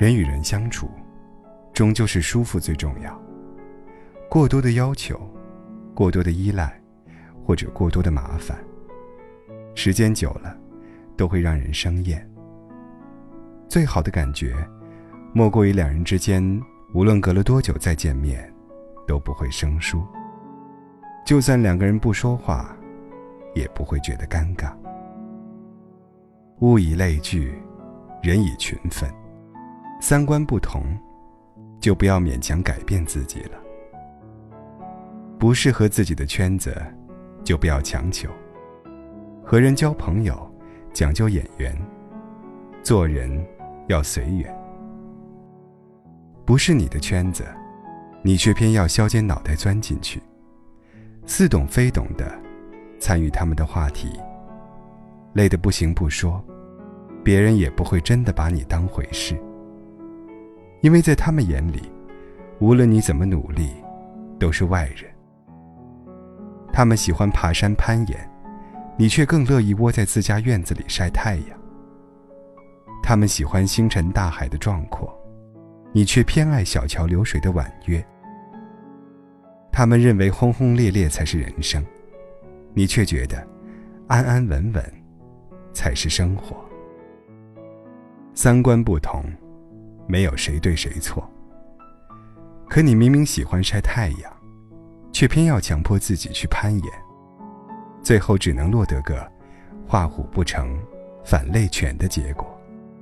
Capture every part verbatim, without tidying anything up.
人与人相处，终究是舒服最重要。过多的要求，过多的依赖，或者过多的麻烦，时间久了都会让人生厌。最好的感觉莫过于两人之间无论隔了多久再见面都不会生疏，就算两个人不说话也不会觉得尴尬。物以类聚，人以群分，三观不同就不要勉强改变自己了。不适合自己的圈子就不要强求，和人交朋友讲究眼缘，做人要随缘。不是你的圈子，你却偏要削尖脑袋钻进去，似懂非懂的参与他们的话题，累得不行不说，别人也不会真的把你当回事。因为在他们眼里，无论你怎么努力都是外人。他们喜欢爬山攀岩，你却更乐意窝在自家院子里晒太阳。他们喜欢星辰大海的壮阔，你却偏爱小桥流水的婉约。他们认为轰轰烈烈才是人生，你却觉得安安稳稳才是生活。三观不同，没有谁对谁错。可你明明喜欢晒太阳，却偏要强迫自己去攀岩，最后只能落得个画虎不成反类犬的结果。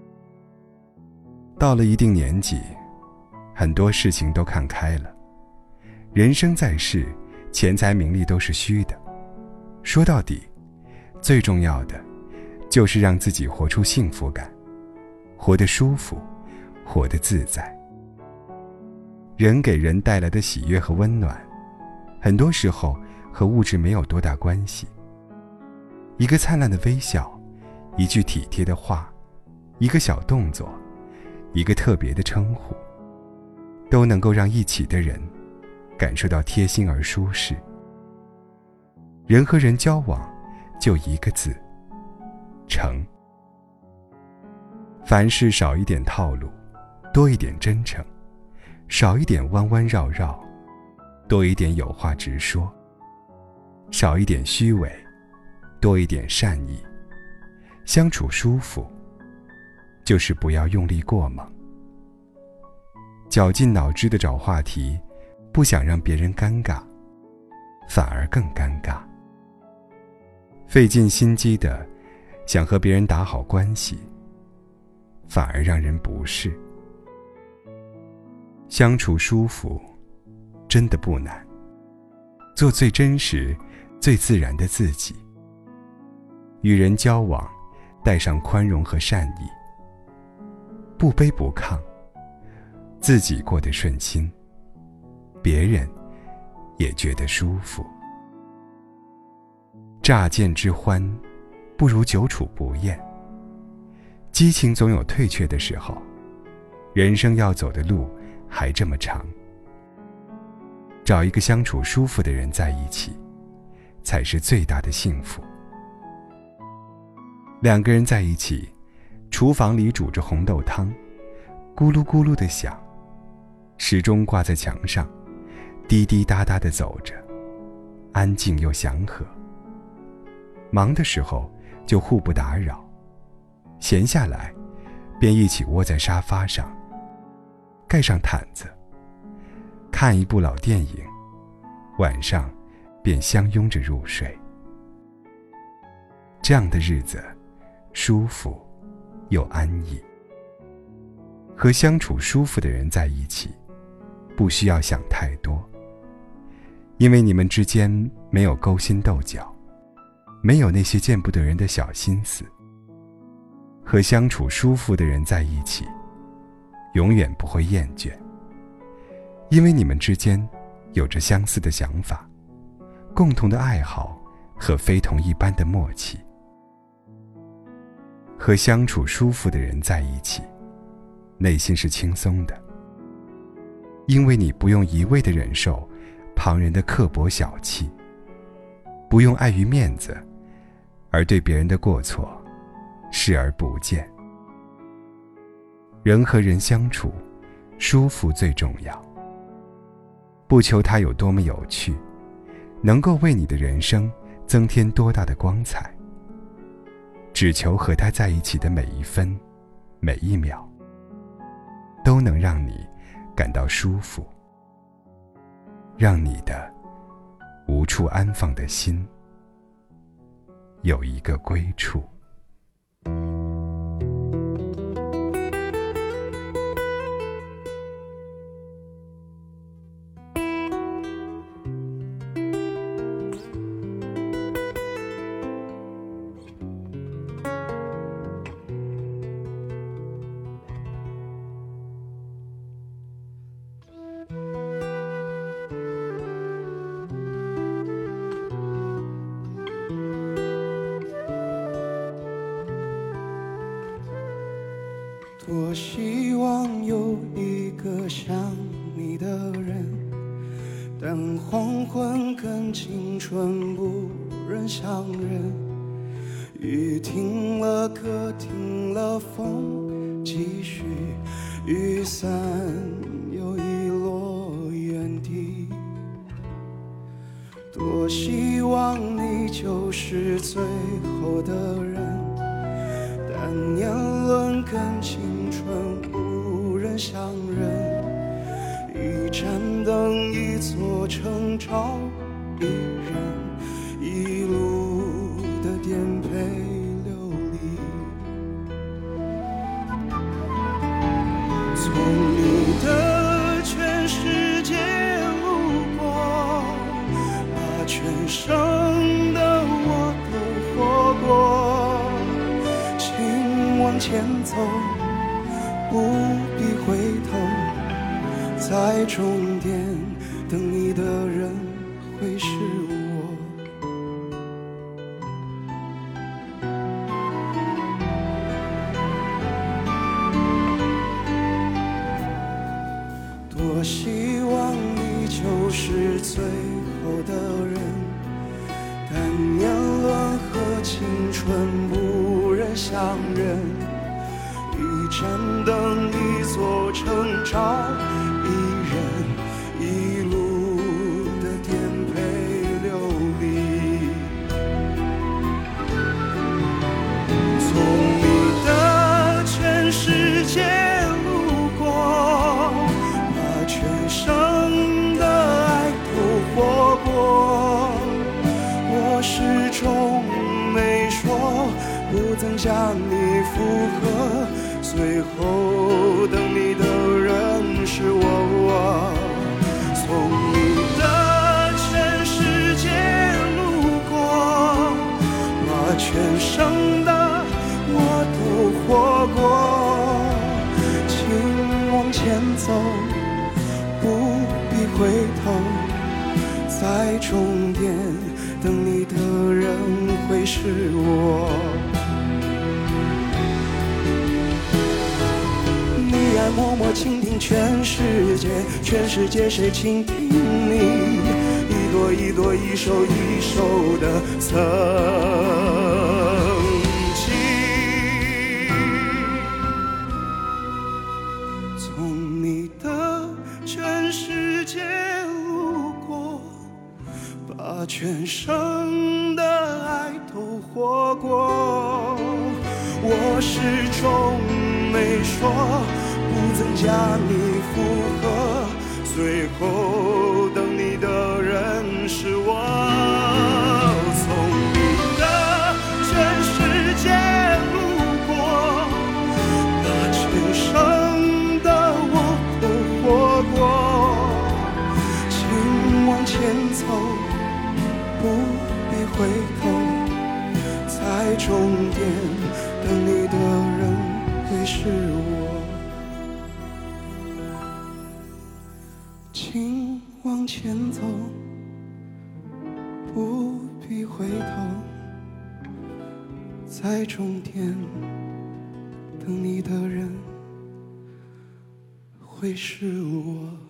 到了一定年纪，很多事情都看开了，人生在世，钱财名利都是虚的，说到底，最重要的就是让自己活出幸福感，活得舒服，活得自在。人给人带来的喜悦和温暖，很多时候和物质没有多大关系。一个灿烂的微笑，一句体贴的话，一个小动作，一个特别的称呼，都能够让一起的人感受到贴心而舒适。人和人交往就一个字，诚。凡事少一点套路，多一点真诚，少一点弯弯绕绕，多一点有话直说，少一点虚伪，多一点善意。相处舒服，就是不要用力过猛。绞尽脑汁地找话题，不想让别人尴尬，反而更尴尬。费尽心机的想和别人打好关系，反而让人不适。相处舒服真的不难，做最真实最自然的自己。与人交往带上宽容和善意，不卑不亢，自己过得顺心，别人也觉得舒服。乍见之欢，不如久处不厌。激情总有退却的时候，人生要走的路还这么长。找一个相处舒服的人在一起，才是最大的幸福。两个人在一起，厨房里煮着红豆汤，咕噜咕噜地响，时钟挂在墙上，滴滴答答地走着，安静又祥和。忙的时候就互不打扰，闲下来便一起窝在沙发上，盖上毯子，看一部老电影，晚上便相拥着入睡。这样的日子舒服又安逸。和相处舒服的人在一起，不需要想太多，因为你们之间没有勾心斗角，没有那些见不得人的小心思。和相处舒服的人在一起，永远不会厌倦，因为你们之间有着相似的想法，共同的爱好和非同一般的默契。和相处舒服的人在一起，内心是轻松的，因为你不用一味地忍受旁人的刻薄小气，不用碍于面子而对别人的过错视而不见。 人和人相处，舒服最重要。不求它有多么有趣，能够为你的人生增添多大的光彩，只求和他在一起的每一分每一秒都能让你感到舒服，让你的无处安放的心有一个归处。 多希望有一个像你的人，但黄昏跟青春不忍相认。雨停了，歌停了，风继续，雨伞又遗落原地。多希望你就是最后的人，但年轮跟青春无人相认，一盏灯，一座城，照一人，一路的颠沛流离。从你的全世界路过，把全生的我都活过。往前走，不必回头，在终点等你的人会是我。多希望你就是最后的人，但年轮和青春不忍相认，一盏灯，一座城，照一人，一路的颠沛流离。从你的全世界路过，把全生的爱都活过。我始终没说不曾将你附和，最后等你的人是我。从你的全世界路过，把全生的我都活过。请往前走，不必回头，在终点等你的人会是我。你爱默默倾听全世界，全世界谁倾听你？一朵一朵，一首一首的曾经。从你的全世界路过，把全生的爱都活过。我始终没说不曾将你附和，最后等你的人是我。从你的全世界路过，把全生的我都活过。请往前走，不必回头，在终点等你的人会是我。请往前走，不必回头，在终点等你的人会是我。